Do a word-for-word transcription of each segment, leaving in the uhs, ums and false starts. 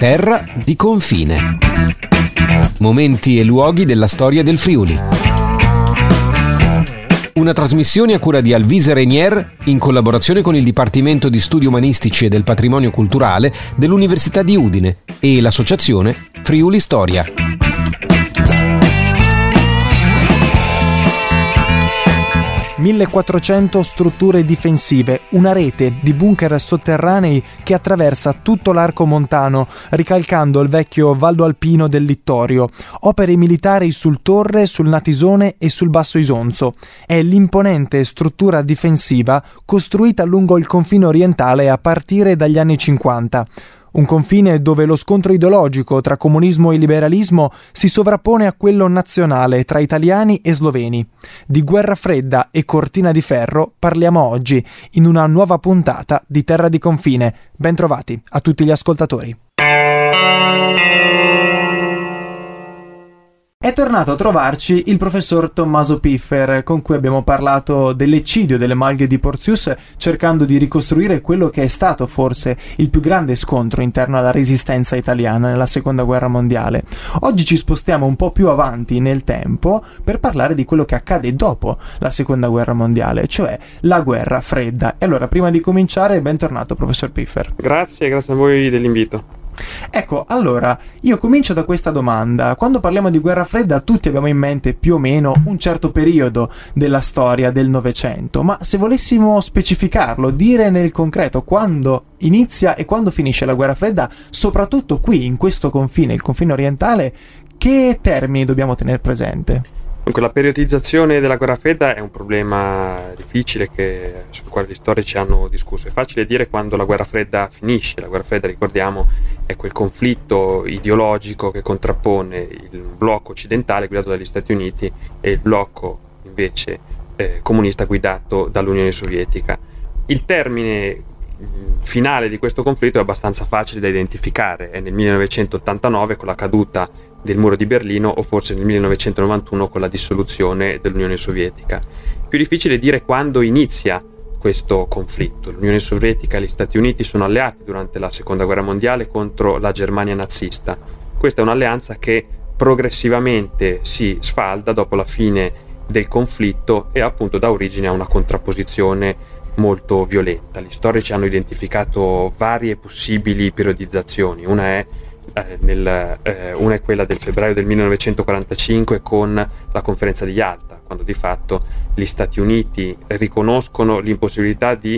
terra di confine. Momenti e luoghi della storia del Friuli. Una trasmissione a cura di Alvise Renier in collaborazione con il Dipartimento di Studi Umanistici e del Patrimonio Culturale dell'Università di Udine e l'associazione Friuli Storia. millequattrocento strutture difensive, una rete di bunker sotterranei che attraversa tutto l'arco montano, ricalcando il vecchio Valdo Alpino del Littorio, opere militari sul Torre, sul Natisone e sul Basso Isonzo. È l'imponente struttura difensiva costruita lungo il confine orientale a partire dagli anni cinquanta. Un confine dove lo scontro ideologico tra comunismo e liberalismo si sovrappone a quello nazionale tra italiani e sloveni. Di guerra fredda e cortina di ferro parliamo oggi, in una nuova puntata di Terra di Confine. Bentrovati a tutti gli ascoltatori. È tornato a trovarci il professor Tommaso Piffer, con cui abbiamo parlato dell'eccidio delle Malghe di Porzius, cercando di ricostruire quello che è stato forse il più grande scontro interno alla resistenza italiana nella Seconda Guerra Mondiale. Oggi ci spostiamo un po' più avanti nel tempo per parlare di quello che accade dopo la Seconda Guerra Mondiale, cioè la Guerra Fredda. E allora, prima di cominciare, bentornato professor Piffer. Grazie, grazie a voi dell'invito. Ecco, allora, io comincio da questa domanda. Quando parliamo di guerra fredda tutti abbiamo in mente più o meno un certo periodo della storia del Novecento, ma se volessimo specificarlo, dire nel concreto quando inizia e quando finisce la guerra fredda, soprattutto qui in questo confine, il confine orientale, che termini dobbiamo tenere presente? Dunque, la periodizzazione della guerra fredda è un problema difficile che, sul quale gli storici hanno discusso. È facile dire quando la guerra fredda finisce. La guerra fredda, ricordiamo, è quel conflitto ideologico che contrappone il blocco occidentale guidato dagli Stati Uniti e il blocco invece eh, comunista guidato dall'Unione Sovietica. Il termine finale di questo conflitto è abbastanza facile da identificare, è nel millenovecentottantanove con la caduta del muro di Berlino o forse nel millenovecentonovantuno con la dissoluzione dell'Unione Sovietica. Più difficile dire quando inizia questo conflitto. L'Unione Sovietica e gli Stati Uniti sono alleati durante la Seconda Guerra Mondiale contro la Germania nazista. Questa è un'alleanza che progressivamente si sfalda dopo la fine del conflitto e appunto dà origine a una contrapposizione molto violenta. Gli storici hanno identificato varie possibili periodizzazioni. Una è Eh, nel, eh, una è quella del febbraio del millenovecentoquarantacinque con la conferenza di Yalta, quando di fatto gli Stati Uniti riconoscono l'impossibilità di,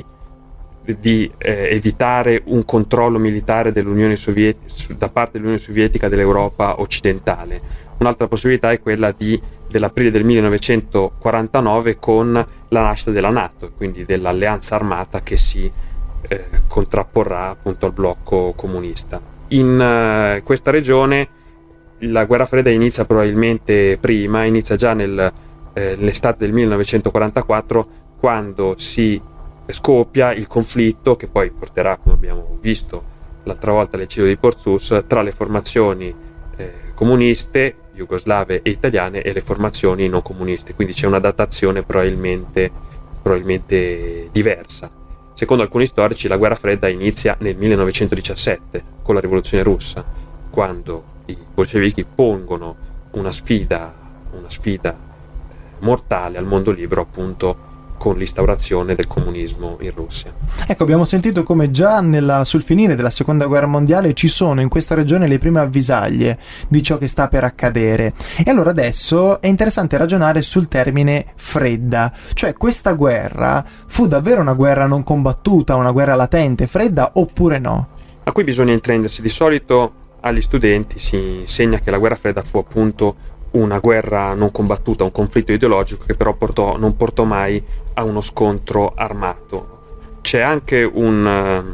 di eh, evitare un controllo militare dell'Unione Sovietica da parte dell'Unione Sovietica dell'Europa occidentale. Un'altra possibilità è quella di, dell'aprile del millenovecentoquarantanove con la nascita della NATO, quindi dell'alleanza armata che si eh, contrapporrà appunto al blocco comunista. In uh, questa regione la guerra fredda inizia probabilmente prima, inizia già nel, eh, nell'estate del millenovecentoquarantaquattro, quando si scoppia il conflitto che poi porterà, come abbiamo visto l'altra volta, all'eccidio di Porzius, tra le formazioni eh, comuniste, jugoslave e italiane, e le formazioni non comuniste, quindi c'è una datazione probabilmente, probabilmente diversa. Secondo alcuni storici la guerra fredda inizia nel millenovecentodiciassette con la rivoluzione russa, quando i bolscevichi pongono una sfida, una sfida mortale al mondo libero, appunto con l'instaurazione del comunismo in Russia. Ecco, abbiamo sentito come già nella, sul finire della Seconda Guerra Mondiale ci sono in questa regione le prime avvisaglie di ciò che sta per accadere. E allora adesso è interessante ragionare sul termine fredda, cioè questa guerra fu davvero una guerra non combattuta, una guerra latente, fredda, oppure no? A cui bisogna intendersi. Di solito agli studenti si insegna che la guerra fredda fu appunto una guerra non combattuta, un conflitto ideologico che però portò, non portò mai a uno scontro armato. C'è anche un,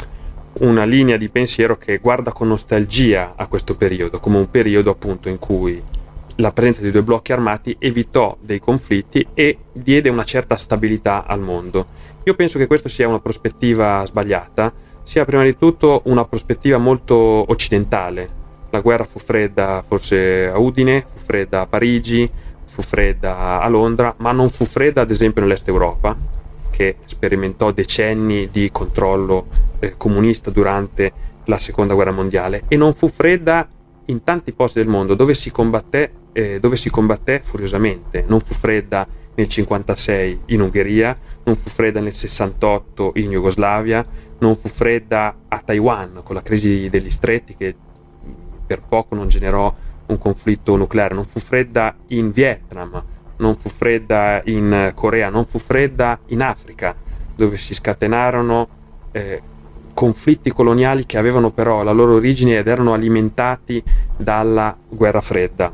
una linea di pensiero che guarda con nostalgia a questo periodo, come un periodo appunto in cui la presenza di due blocchi armati evitò dei conflitti e diede una certa stabilità al mondo. Io penso che questa sia una prospettiva sbagliata, sia prima di tutto una prospettiva molto occidentale. La guerra fu fredda forse a Udine, fu fredda a Parigi, fu fredda a Londra, ma non fu fredda ad esempio nell'Est Europa, che sperimentò decenni di controllo eh, comunista durante la seconda guerra mondiale, e non fu fredda in tanti posti del mondo dove si combatté, eh, dove si combatté furiosamente. Non fu fredda nel cinquantasei in Ungheria, non fu fredda nel sessantotto in Jugoslavia, non fu fredda a Taiwan con la crisi degli stretti che per poco non generò un conflitto nucleare, non fu fredda in Vietnam, non fu fredda in Corea, non fu fredda in Africa, dove si scatenarono eh, conflitti coloniali che avevano però la loro origine ed erano alimentati dalla guerra fredda.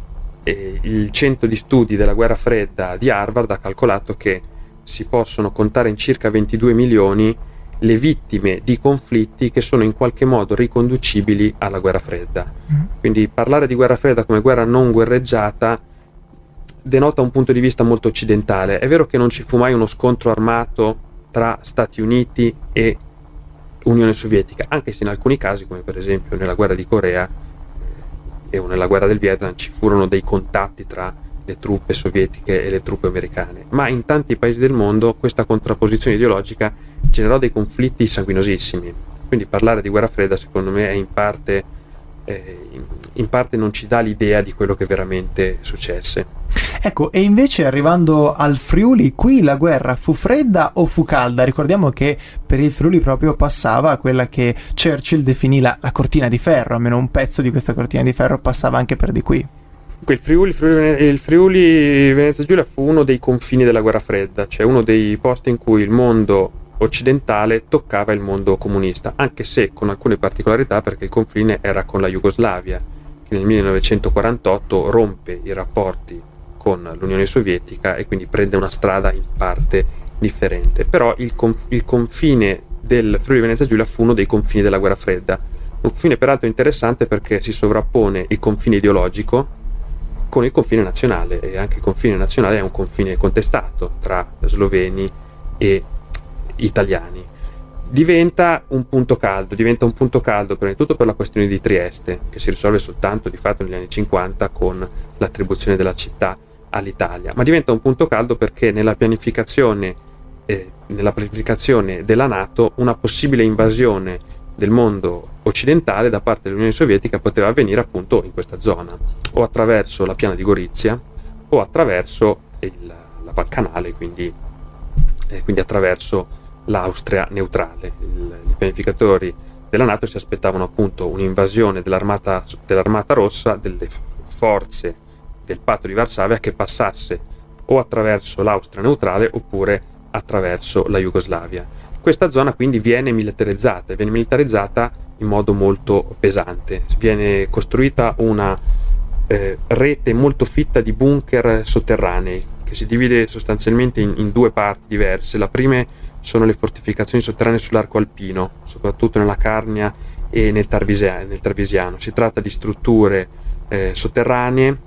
E il centro di studi della guerra fredda di Harvard ha calcolato che si possono contare in circa ventidue milioni le vittime di conflitti che sono in qualche modo riconducibili alla guerra fredda. Quindi parlare di guerra fredda come guerra non guerreggiata denota un punto di vista molto occidentale. È vero che non ci fu mai uno scontro armato tra Stati Uniti e Unione Sovietica, anche se in alcuni casi, come per esempio nella guerra di Corea e nella guerra del Vietnam, ci furono dei contatti tra le truppe sovietiche e le truppe americane, ma in tanti paesi del mondo questa contrapposizione ideologica generò dei conflitti sanguinosissimi. Quindi parlare di guerra fredda secondo me è in parte, eh, in, in parte non ci dà l'idea di quello che veramente successe. Ecco, e invece arrivando al Friuli, qui la guerra fu fredda o fu calda? Ricordiamo che per il Friuli proprio passava quella che Churchill definì la, la cortina di ferro, almeno un pezzo di questa cortina di ferro passava anche per di qui. Il Friuli, il Friuli Venezia Giulia fu uno dei confini della guerra fredda, cioè uno dei posti in cui il mondo occidentale toccava il mondo comunista, anche se con alcune particolarità, perché il confine era con la Jugoslavia, che nel millenovecentoquarantotto rompe i rapporti con l'Unione Sovietica e quindi prende una strada in parte differente. Però il, conf- il confine del Friuli Venezia Giulia fu uno dei confini della guerra fredda, un confine peraltro interessante perché si sovrappone il confine ideologico con il confine nazionale, e anche il confine nazionale è un confine contestato tra sloveni e italiani. Diventa un punto caldo, diventa un punto caldo prima di tutto per la questione di Trieste, che si risolve soltanto di fatto negli anni cinquanta con l'attribuzione della città all'Italia, ma diventa un punto caldo perché nella pianificazione, eh, nella pianificazione della NATO una possibile invasione del mondo occidentale da parte dell'Unione Sovietica poteva avvenire appunto in questa zona, o attraverso la piana di Gorizia o attraverso il, la Val Canale, quindi, eh, quindi attraverso l'Austria neutrale. Il, I pianificatori della NATO si aspettavano appunto un'invasione dell'armata, dell'armata rossa, delle forze del patto di Varsavia, che passasse o attraverso l'Austria neutrale oppure attraverso la Jugoslavia. Questa zona quindi viene militarizzata e viene militarizzata in modo molto pesante. Viene costruita una eh, rete molto fitta di bunker sotterranei che si divide sostanzialmente in, in due parti diverse. La prima sono le fortificazioni sotterranee sull'arco alpino, soprattutto nella Carnia e nel, Tarvisia, nel Tarvisiano. Si tratta di strutture eh, sotterranee,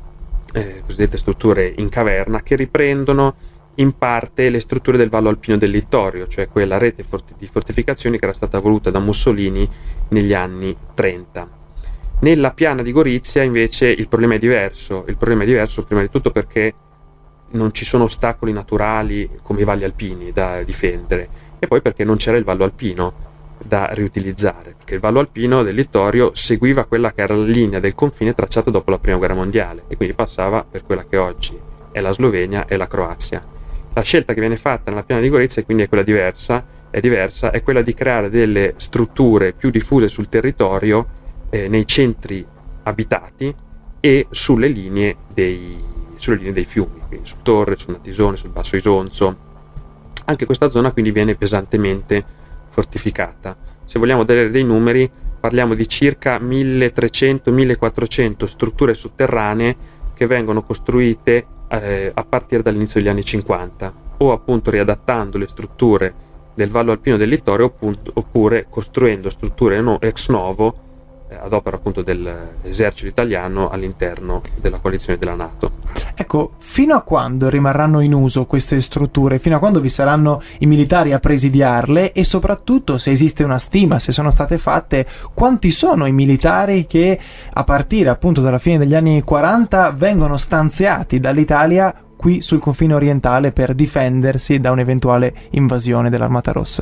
eh, cosiddette strutture in caverna, che riprendono in parte le strutture del Vallo Alpino del Littorio, cioè quella rete forti- di fortificazioni che era stata voluta da Mussolini negli anni trenta. Nella piana di Gorizia invece il problema è diverso. Il problema è diverso prima di tutto perché non ci sono ostacoli naturali come i valli alpini da difendere, e poi perché non c'era il Vallo Alpino da riutilizzare, perché il Vallo Alpino del Littorio seguiva quella che era la linea del confine tracciato dopo la Prima Guerra Mondiale e quindi passava per quella che oggi è la Slovenia e la Croazia. La scelta che viene fatta nella piana di Gorizia quindi è quella diversa, è diversa, è quella di creare delle strutture più diffuse sul territorio, eh, nei centri abitati e sulle linee dei, sulle linee dei fiumi, quindi su Torre, su Natisone, sul Basso Isonzo. Anche questa zona quindi viene pesantemente fortificata. Se vogliamo dare dei numeri, parliamo di circa milletrecento millequattrocento strutture sotterranee che vengono costruite eh, a partire dall'inizio degli anni cinquanta, o appunto riadattando le strutture del Vallo Alpino del Littorio, appunto, oppure costruendo strutture no, ex novo eh, ad opera appunto dell'esercito italiano all'interno della coalizione della NATO. Ecco, fino a quando rimarranno in uso queste strutture? Fino a quando vi saranno i militari a presidiarle? E soprattutto, se esiste una stima, se sono state fatte, quanti sono i militari che a partire appunto dalla fine degli anni quaranta vengono stanziati dall'Italia qui sul confine orientale per difendersi da un'eventuale invasione dell'Armata Rossa?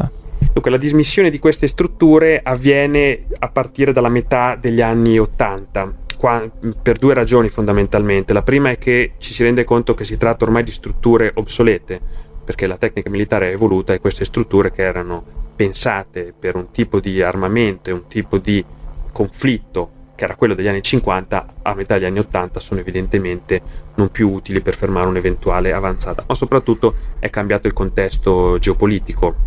Dunque, la dismissione di queste strutture avviene a partire dalla metà degli anni ottanta, qua, per due ragioni fondamentalmente. La prima è che ci si rende conto che si tratta ormai di strutture obsolete, perché la tecnica militare è evoluta e queste strutture, che erano pensate per un tipo di armamento e un tipo di conflitto che era quello degli anni cinquanta, a metà degli anni ottanta sono evidentemente non più utili per fermare un'eventuale avanzata. Ma soprattutto è cambiato il contesto geopolitico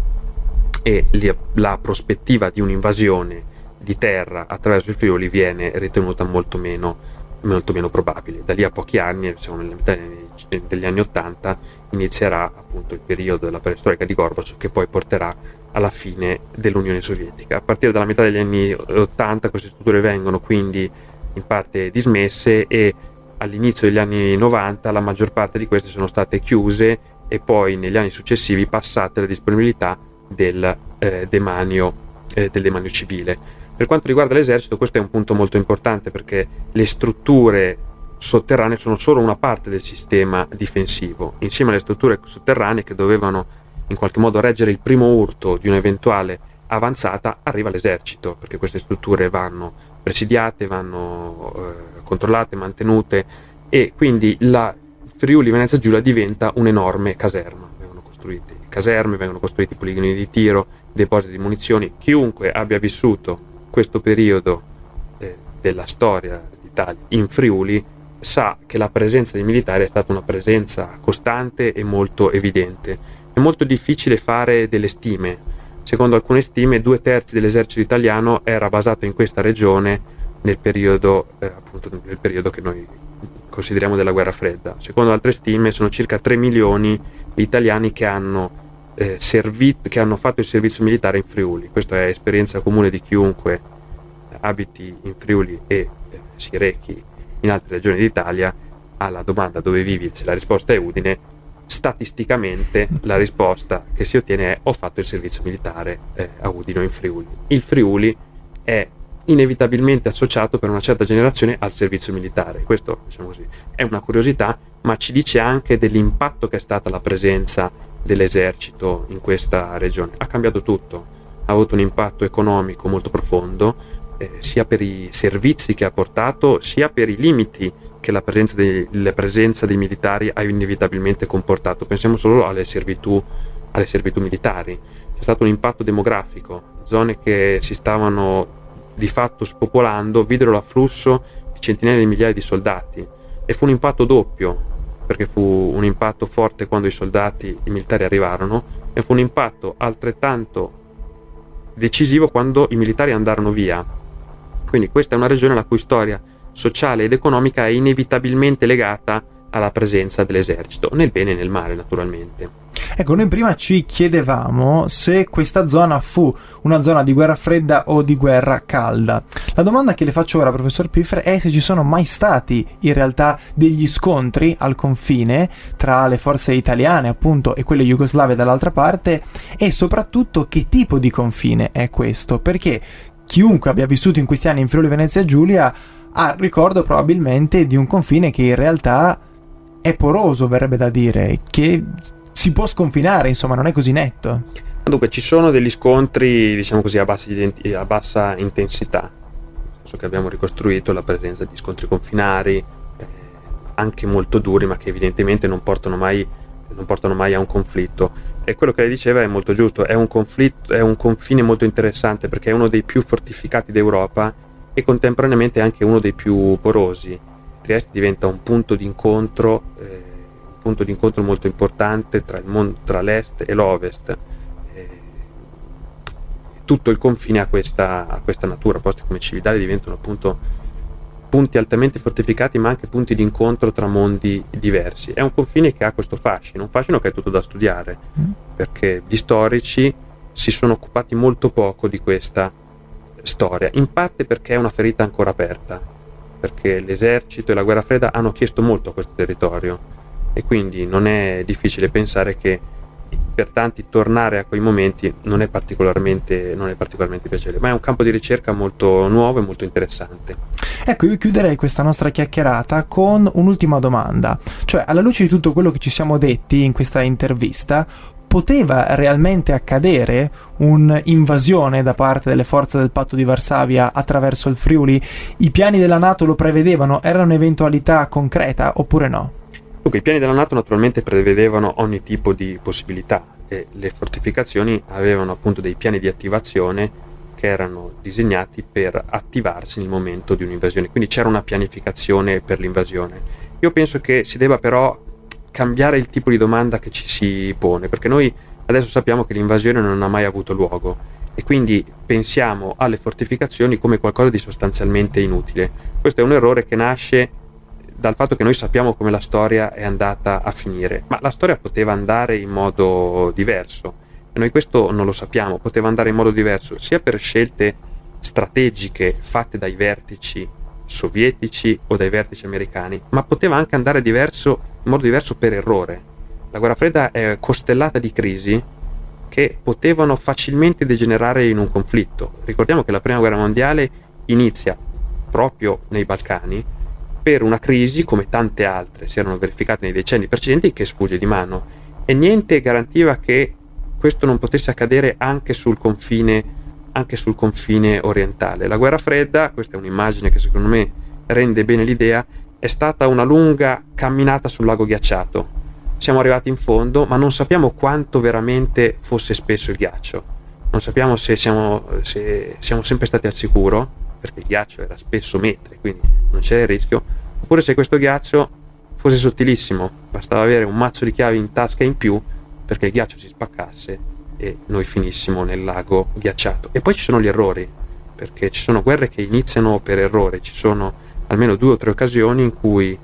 e la prospettiva di un'invasione di terra attraverso il Friuli viene ritenuta molto meno, molto meno probabile. Da lì a pochi anni, siamo nella metà degli anni ottanta, inizierà appunto il periodo della perestroica di Gorbaciov, che poi porterà alla fine dell'Unione Sovietica. A partire dalla metà degli anni ottanta queste strutture vengono quindi in parte dismesse e all'inizio degli anni novanta la maggior parte di queste sono state chiuse e poi negli anni successivi passate alla disponibilità del eh, demanio, eh, del demanio civile. Per quanto riguarda l'esercito, questo è un punto molto importante, perché le strutture sotterranee sono solo una parte del sistema difensivo. Insieme alle strutture sotterranee, che dovevano in qualche modo reggere il primo urto di un'eventuale avanzata, arriva l'esercito, perché queste strutture vanno presidiate, vanno eh, controllate, mantenute, e quindi la Friuli Venezia Giulia diventa un'enorme caserma. Vengono costruite caserme, vengono costruiti poligoni di tiro, depositi di munizioni. Chiunque abbia vissuto questo periodo eh, della storia d'Italia in Friuli sa che la presenza dei militari è stata una presenza costante e molto evidente. È molto difficile fare delle stime. Secondo alcune stime, due terzi dell'esercito italiano era basato in questa regione nel periodo, eh, appunto, nel periodo che noi consideriamo della guerra fredda. Secondo altre stime sono circa tre milioni gli italiani che hanno eh, servito, che hanno fatto il servizio militare in Friuli. Questa è esperienza comune di chiunque abiti in Friuli e eh, si rechi in altre regioni d'Italia. Alla domanda dove vivi, se la risposta è Udine, statisticamente la risposta che si ottiene è: ho fatto il servizio militare eh, a Udine o in Friuli. Il Friuli è inevitabilmente associato per una certa generazione al servizio militare. Questo, diciamo così, è una curiosità, ma ci dice anche dell'impatto che è stata la presenza dell'esercito in questa regione. Ha cambiato tutto, ha avuto un impatto economico molto profondo, eh, sia per i servizi che ha portato, sia per i limiti che la presenza dei, la presenza dei militari ha inevitabilmente comportato. Pensiamo solo alle servitù, alle servitù militari. C'è stato un impatto demografico, zone che si stavano di fatto spopolando videro l'afflusso di centinaia di migliaia di soldati, e fu un impatto doppio, perché fu un impatto forte quando i soldati, i militari arrivarono, e fu un impatto altrettanto decisivo quando i militari andarono via. Quindi questa è una regione la cui storia sociale ed economica è inevitabilmente legata alla presenza dell'esercito, nel bene e nel male naturalmente. Ecco, noi prima ci chiedevamo se questa zona fu una zona di guerra fredda o di guerra calda. La domanda che le faccio ora, professor Piffer, è se ci sono mai stati in realtà degli scontri al confine tra le forze italiane, appunto, e quelle jugoslave dall'altra parte, e soprattutto che tipo di confine è questo, perché chiunque abbia vissuto in questi anni in Friuli Venezia Giulia ha ricordo probabilmente di un confine che in realtà è poroso, verrebbe da dire, che si può sconfinare, insomma, non è così netto. Dunque, ci sono degli scontri, diciamo così, a bassa, a bassa intensità, nel senso che abbiamo ricostruito la presenza di scontri confinari, eh, anche molto duri, ma che evidentemente non portano mai, non portano mai a un conflitto. E quello che lei diceva è molto giusto, è un conflitto, è un confine molto interessante, perché è uno dei più fortificati d'Europa e contemporaneamente anche uno dei più porosi. Trieste diventa un punto di incontro, eh, un punto di incontro molto importante tra, il mon- tra l'est e l'ovest. Eh, tutto il confine ha questa, ha questa natura. Posti come Cividale diventano appunto punti altamente fortificati, ma anche punti di incontro tra mondi diversi. È un confine che ha questo fascino, un fascino che è tutto da studiare, mm. perché gli storici si sono occupati molto poco di questa storia, in parte perché è una ferita ancora aperta, perché l'esercito e la guerra fredda hanno chiesto molto a questo territorio, e quindi non è difficile pensare che per tanti tornare a quei momenti non è particolarmente, non è particolarmente piacevole, ma è un campo di ricerca molto nuovo e molto interessante. Ecco, io chiuderei questa nostra chiacchierata con un'ultima domanda, cioè, alla luce di tutto quello che ci siamo detti in questa intervista, poteva realmente accadere un'invasione da parte delle forze del Patto di Varsavia attraverso il Friuli? I piani della NATO lo prevedevano? Era un'eventualità concreta oppure no? Dunque, i piani della NATO naturalmente prevedevano ogni tipo di possibilità e le fortificazioni avevano appunto dei piani di attivazione che erano disegnati per attivarsi nel momento di un'invasione, quindi c'era una pianificazione per l'invasione. Io penso che si debba però cambiare il tipo di domanda che ci si pone, perché noi adesso sappiamo che l'invasione non ha mai avuto luogo e quindi pensiamo alle fortificazioni come qualcosa di sostanzialmente inutile. Questo è un errore che nasce dal fatto che noi sappiamo come la storia è andata a finire, ma la storia poteva andare in modo diverso e noi questo non lo sappiamo. Poteva andare in modo diverso sia per scelte strategiche fatte dai vertici sovietici o dai vertici americani, ma poteva anche andare diverso, in modo diverso per errore. La guerra fredda è costellata di crisi che potevano facilmente degenerare in un conflitto. Ricordiamo che la prima guerra mondiale inizia proprio nei Balcani per una crisi, come tante altre si erano verificate nei decenni precedenti, che sfugge di mano, e niente garantiva che questo non potesse accadere anche sul confine, anche sul confine orientale. La guerra fredda, questa è un'immagine che secondo me rende bene l'idea, è stata una lunga camminata sul lago ghiacciato. Siamo arrivati in fondo, ma non sappiamo quanto veramente fosse spesso il ghiaccio. Non sappiamo se siamo, se siamo sempre stati al sicuro, perché il ghiaccio era spesso metri, quindi non c'era il rischio, oppure se questo ghiaccio fosse sottilissimo, bastava avere un mazzo di chiavi in tasca in più perché il ghiaccio si spaccasse e noi finissimo nel lago ghiacciato. E poi ci sono gli errori, perché ci sono guerre che iniziano per errore, ci sono almeno due o tre occasioni in cui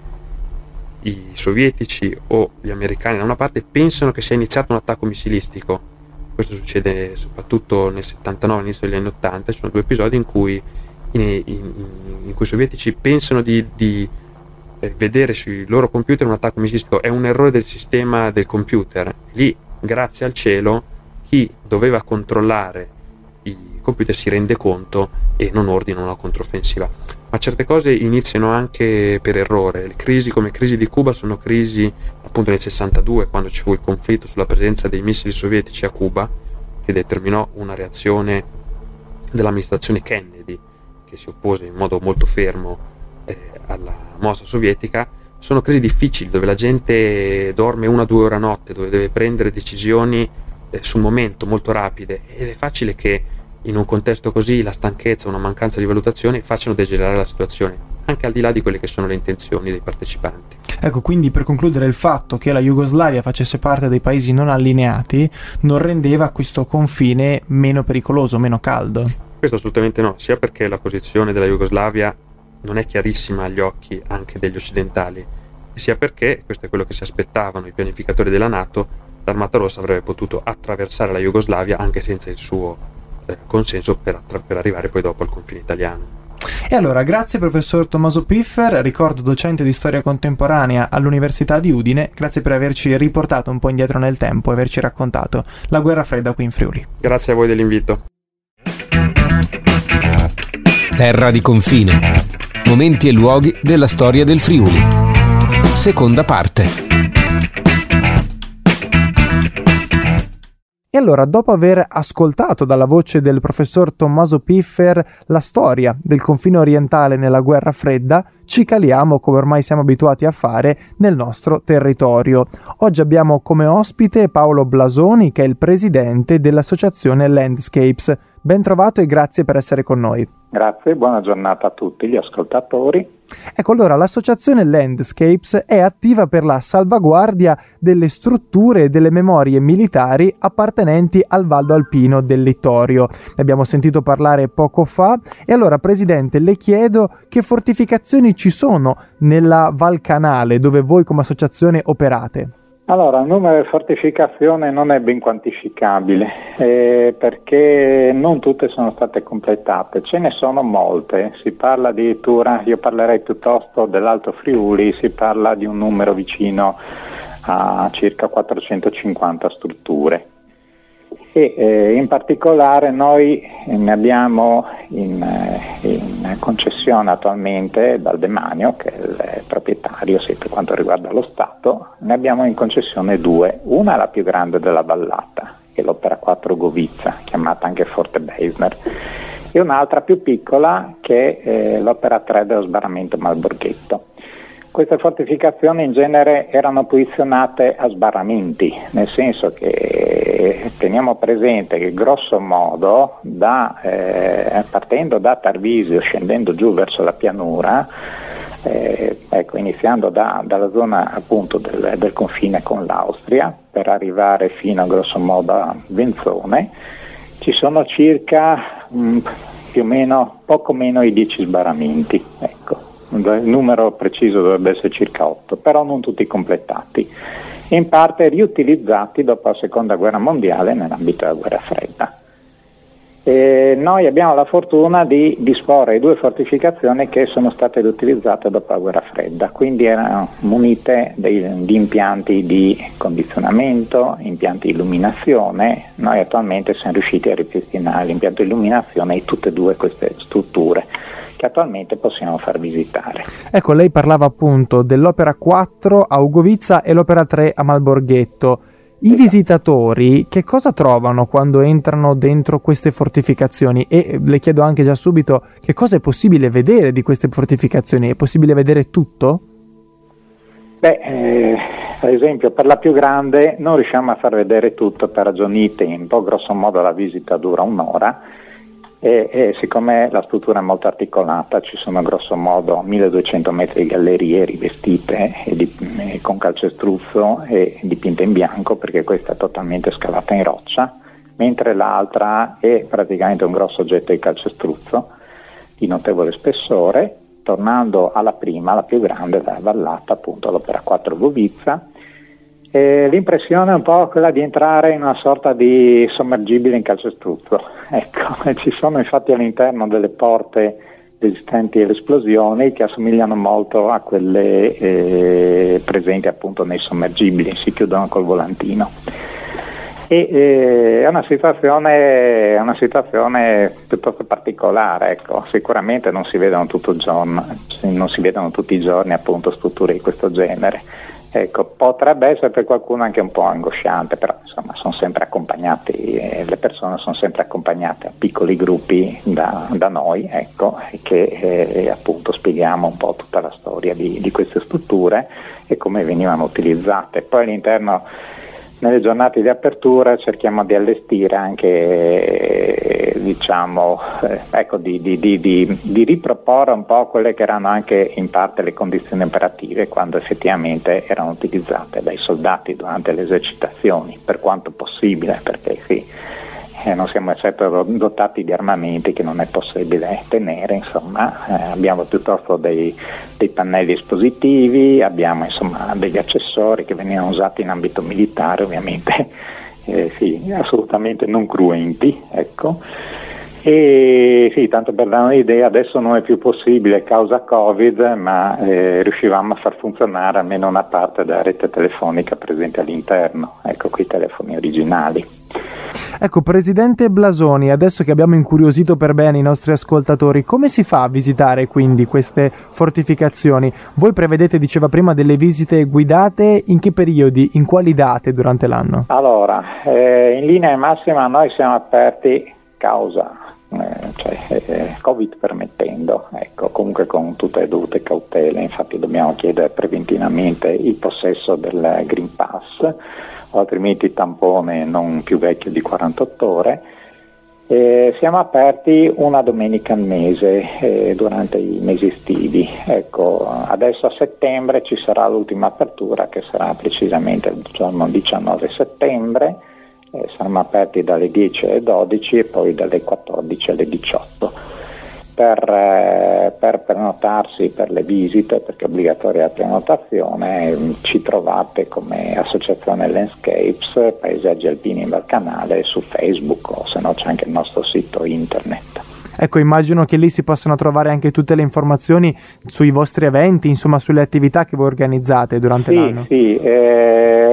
i sovietici o gli americani da una parte pensano che sia iniziato un attacco missilistico. Questo succede soprattutto nel settantanove, all'inizio degli anni ottanta. Ci sono due episodi in cui In, in, in cui i sovietici pensano di, di eh, vedere sui loro computer un attacco missilistico. È un errore del sistema del computer. Lì, grazie al cielo, chi doveva controllare i computer si rende conto e non ordina una controffensiva. Ma certe cose iniziano anche per errore. Le crisi come crisi di Cuba sono crisi appunto nel sessantadue, quando ci fu il conflitto sulla presenza dei missili sovietici a Cuba, che determinò una reazione dell'amministrazione Kennedy che si oppose in modo molto fermo eh, alla mossa sovietica. Sono crisi difficili dove la gente dorme una o due ore a notte, dove deve prendere decisioni eh, sul momento molto rapide, ed è facile che in un contesto così la stanchezza, una mancanza di valutazione facciano degenerare la situazione, anche al di là di quelle che sono le intenzioni dei partecipanti. Ecco, quindi per concludere, il fatto che la Jugoslavia facesse parte dei paesi non allineati non rendeva questo confine meno pericoloso, meno caldo? Questo assolutamente no, sia perché la posizione della Jugoslavia non è chiarissima agli occhi anche degli occidentali, sia perché, questo è quello che si aspettavano i pianificatori della NATO, l'Armata Rossa avrebbe potuto attraversare la Jugoslavia anche senza il suo eh, consenso per, attra- per arrivare poi dopo al confine italiano. E allora, grazie professor Tommaso Piffer, ricordo docente di storia contemporanea all'Università di Udine, grazie per averci riportato un po' indietro nel tempo e averci raccontato la guerra fredda qui in Friuli. Grazie a voi dell'invito. Terra di confine. Momenti e luoghi della storia del Friuli. Seconda parte. E allora, dopo aver ascoltato dalla voce del professor Tommaso Piffer la storia del confine orientale nella guerra fredda, ci caliamo, come ormai siamo abituati a fare, nel nostro territorio. Oggi abbiamo come ospite Paolo Blasoni, che è il presidente dell'associazione Landscapes. Ben trovato e grazie per essere con noi. Grazie, buona giornata a tutti gli ascoltatori. Ecco, allora, l'associazione Landscapes è attiva per la salvaguardia delle strutture e delle memorie militari appartenenti al Vallo Alpino del Littorio. Ne abbiamo sentito parlare poco fa e allora, Presidente, le chiedo che fortificazioni ci sono nella Val Canale dove voi come associazione operate. Allora, il numero di fortificazioni non è ben quantificabile eh, perché non tutte sono state completate, ce ne sono molte, si parla addirittura, io parlerei piuttosto dell'Alto Friuli, si parla di un numero vicino a circa quattrocentocinquanta strutture e eh, in particolare noi ne abbiamo in, in in concessione attualmente dal Demanio, che è il proprietario sì, per quanto riguarda lo Stato. Ne abbiamo in concessione due, una è la più grande della vallata, che è l'Opera quattro Govizza, chiamata anche Forte Beisner, e un'altra più piccola che è l'Opera tre dello sbarramento Malborghetto. Queste fortificazioni in genere erano posizionate a sbarramenti, nel senso che teniamo presente che grosso modo da, eh, partendo da Tarvisio, scendendo giù verso la pianura, eh, ecco, iniziando da, dalla zona appunto del, del confine con l'Austria per arrivare fino a grosso modo a Venzone, ci sono circa mh, più o meno poco meno di dieci sbarramenti, ecco. Il numero preciso dovrebbe essere circa otto, però non tutti completati, in parte riutilizzati dopo la seconda guerra mondiale nell'ambito della guerra fredda. E noi abbiamo la fortuna di disporre di due fortificazioni che sono state riutilizzate dopo la guerra fredda, quindi erano munite dei, di impianti di condizionamento, impianti di illuminazione. Noi attualmente siamo riusciti a ripristinare l'impianto di illuminazione di tutte e due queste strutture, che attualmente possiamo far visitare. Ecco, lei parlava appunto dell'Opera quattro a Ugovizza e l'Opera tre a Malborghetto. I esatto. visitatori che cosa trovano quando entrano dentro queste fortificazioni? E le chiedo anche già subito che cosa è possibile vedere di queste fortificazioni? È possibile vedere tutto? Beh, eh, ad esempio per la più grande non riusciamo a far vedere tutto per ragioni di tempo, grosso modo la visita dura un'ora. E, e siccome la struttura è molto articolata, ci sono grosso modo milleduecento metri di gallerie rivestite e di, e con calcestruzzo e dipinte in bianco, perché questa è totalmente scavata in roccia, mentre l'altra è praticamente un grosso oggetto di calcestruzzo di notevole spessore. Tornando alla prima, la più grande della vallata, appunto l'Opera quattro Govizza, E l'impressione è un po' quella di entrare in una sorta di sommergibile in calcestruzzo. Ecco, ci sono infatti all'interno delle porte resistenti alle esplosioni che assomigliano molto a quelle eh, presenti appunto nei sommergibili, si chiudono col volantino. E, eh, è una situazione, è una situazione piuttosto particolare, ecco. Sicuramente non si vedono tutto il giorno, non si vedono tutti i giorni appunto strutture di questo genere. Ecco, potrebbe essere per qualcuno anche un po' angosciante, però insomma sono sempre accompagnati, eh, le persone sono sempre accompagnate a piccoli gruppi da, da noi, ecco, che eh, appunto spieghiamo un po' tutta la storia di, di queste strutture e come venivano utilizzate. Poi all'interno, nelle giornate di apertura, cerchiamo di allestire anche, eh, diciamo, eh, ecco, di, di, di, di, di riproporre un po' quelle che erano anche in parte le condizioni operative quando effettivamente erano utilizzate dai soldati durante le esercitazioni, per quanto possibile, perché sì, eh, non siamo certo dotati di armamenti che non è possibile tenere, insomma, eh, abbiamo piuttosto dei, dei pannelli espositivi, abbiamo insomma degli accessori che venivano usati in ambito militare, ovviamente eh, sì, assolutamente non cruenti, ecco. E sì, tanto per dare un'idea, adesso non è più possibile causa Covid, ma eh, riuscivamo a far funzionare almeno una parte della rete telefonica presente all'interno, ecco, quei telefoni originali. Ecco, Presidente Blasoni, adesso che abbiamo incuriosito per bene i nostri ascoltatori, come si fa a visitare quindi queste fortificazioni? Voi prevedete, diceva prima, delle visite guidate, in che periodi, in quali date durante l'anno? Allora, eh, in linea massima noi siamo aperti causa, eh, cioè eh, Covid permettendo, ecco, comunque con tutte le dovute cautele, infatti dobbiamo chiedere preventivamente il possesso del Green Pass, o altrimenti il tampone non più vecchio di quarantotto ore. Eh, siamo aperti una domenica al mese eh, durante i mesi estivi. Ecco, adesso a settembre ci sarà l'ultima apertura, che sarà precisamente il giorno diciannove settembre. Eh, saremo aperti dalle dieci alle dodici e poi dalle quattordici alle diciotto. Per, eh, per prenotarsi per le visite, perché è obbligatoria la prenotazione, eh, ci trovate come Associazione Landscapes Paesaggi Alpini in Valcanale su Facebook, o se no c'è anche il nostro sito internet. Ecco, immagino che lì si possano trovare anche tutte le informazioni sui vostri eventi, insomma sulle attività che voi organizzate durante sì, l'anno. Sì, eh,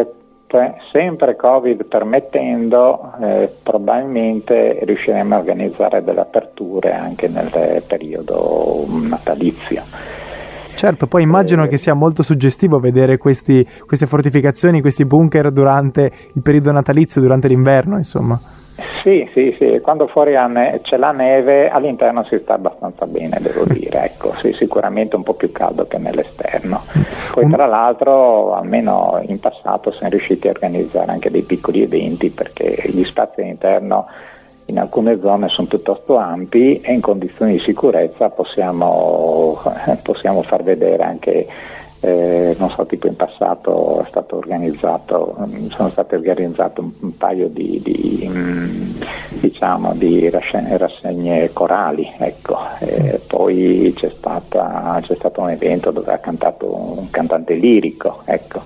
sempre Covid permettendo, eh, probabilmente riusciremo a organizzare delle aperture anche nel periodo natalizio. Certo, poi immagino eh, che sia molto suggestivo vedere questi, queste fortificazioni, questi bunker durante il periodo natalizio, durante l'inverno, insomma. Sì, sì, sì, quando fuori c'è la neve all'interno si sta abbastanza bene, devo dire, ecco, sì, sicuramente un po' più caldo che nell'esterno. Poi tra l'altro, almeno in passato, siamo riusciti a organizzare anche dei piccoli eventi perché gli spazi all'interno in alcune zone sono piuttosto ampi e in condizioni di sicurezza possiamo, possiamo far vedere anche Eh, non so, tipo in passato è stato organizzato, sono state organizzate un, un paio di, di mh, diciamo di rassegne, rassegne corali, ecco. E poi c'è stata c'è stato un evento dove ha cantato un cantante lirico, ecco.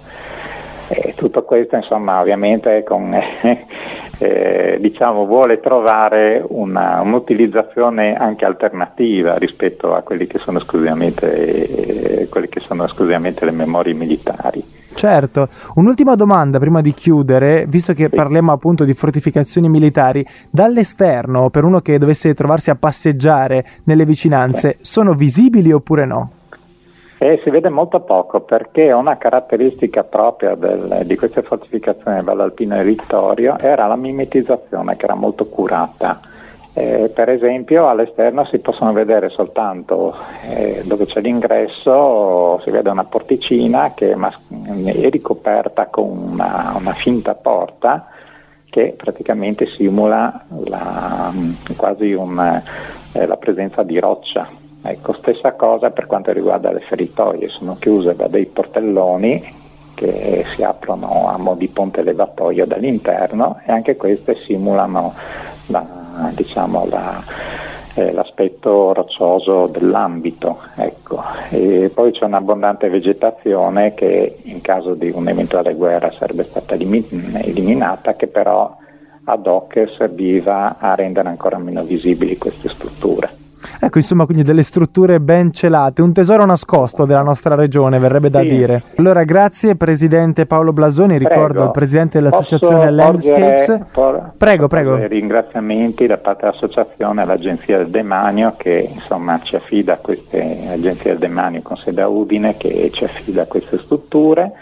E tutto questo insomma ovviamente con eh, eh, diciamo vuole trovare una, un'utilizzazione anche alternativa rispetto a quelli che sono esclusivamente eh, quelli che sono esclusivamente le memorie militari. Certo, un'ultima domanda prima di chiudere, visto che sì. parliamo appunto di fortificazioni militari, dall'esterno per uno che dovesse trovarsi a passeggiare nelle vicinanze, sì. sono visibili oppure no? Eh, si vede molto poco perché una caratteristica propria del, di queste fortificazioni del Vallo Alpino e Vittorio era la mimetizzazione che era molto curata. Eh, per esempio all'esterno si possono vedere soltanto eh, dove c'è l'ingresso, si vede una porticina che è, mas- è ricoperta con una, una finta porta che praticamente simula la, quasi un, eh, la presenza di roccia. Ecco, stessa cosa per quanto riguarda le feritoie, sono chiuse da dei portelloni che si aprono a mo' di ponte levatoio dall'interno e anche queste simulano la, diciamo, la, eh, l'aspetto roccioso dell'ambito. Ecco. E poi c'è un'abbondante vegetazione che in caso di un'eventuale guerra sarebbe stata eliminata, che però ad hoc serviva a rendere ancora meno visibili queste strutture. Ecco, insomma, quindi delle strutture ben celate, un tesoro nascosto della nostra regione, verrebbe da sì. dire. Allora, grazie Presidente Paolo Blasoni, ricordo prego. il Presidente dell'Associazione Landscapes. Por- prego, prego. Ringraziamenti da parte dell'Associazione all'Agenzia del Demanio che insomma ci affida queste Agenzia del Demanio con sede a Udine che ci affida queste strutture,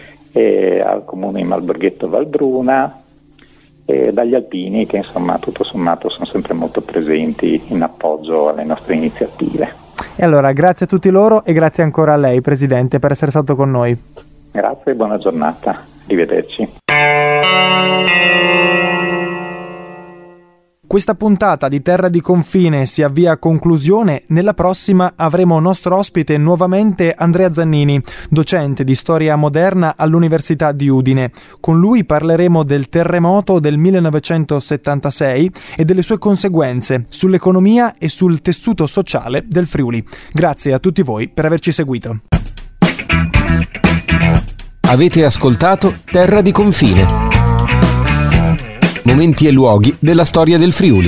e al Comune di Malborghetto Valbruna, e dagli alpini che insomma tutto sommato sono sempre molto presenti in appoggio alle nostre iniziative. E allora grazie a tutti loro e grazie ancora a lei Presidente per essere stato con noi. Grazie e buona giornata, arrivederci. Questa puntata di Terra di Confine si avvia a conclusione. Nella prossima avremo nostro ospite nuovamente Andrea Zannini, docente di storia moderna all'Università di Udine. Con lui parleremo del terremoto del millenovecentosettantasei e delle sue conseguenze sull'economia e sul tessuto sociale del Friuli. Grazie a tutti voi per averci seguito. Avete ascoltato Terra di Confine. Momenti e luoghi della storia del Friuli.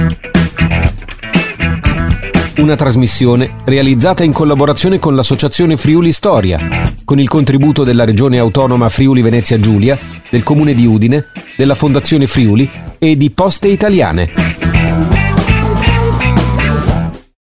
Una trasmissione realizzata in collaborazione con l'Associazione Friuli Storia, con il contributo della Regione Autonoma Friuli Venezia Giulia, del Comune di Udine, della Fondazione Friuli e di Poste Italiane.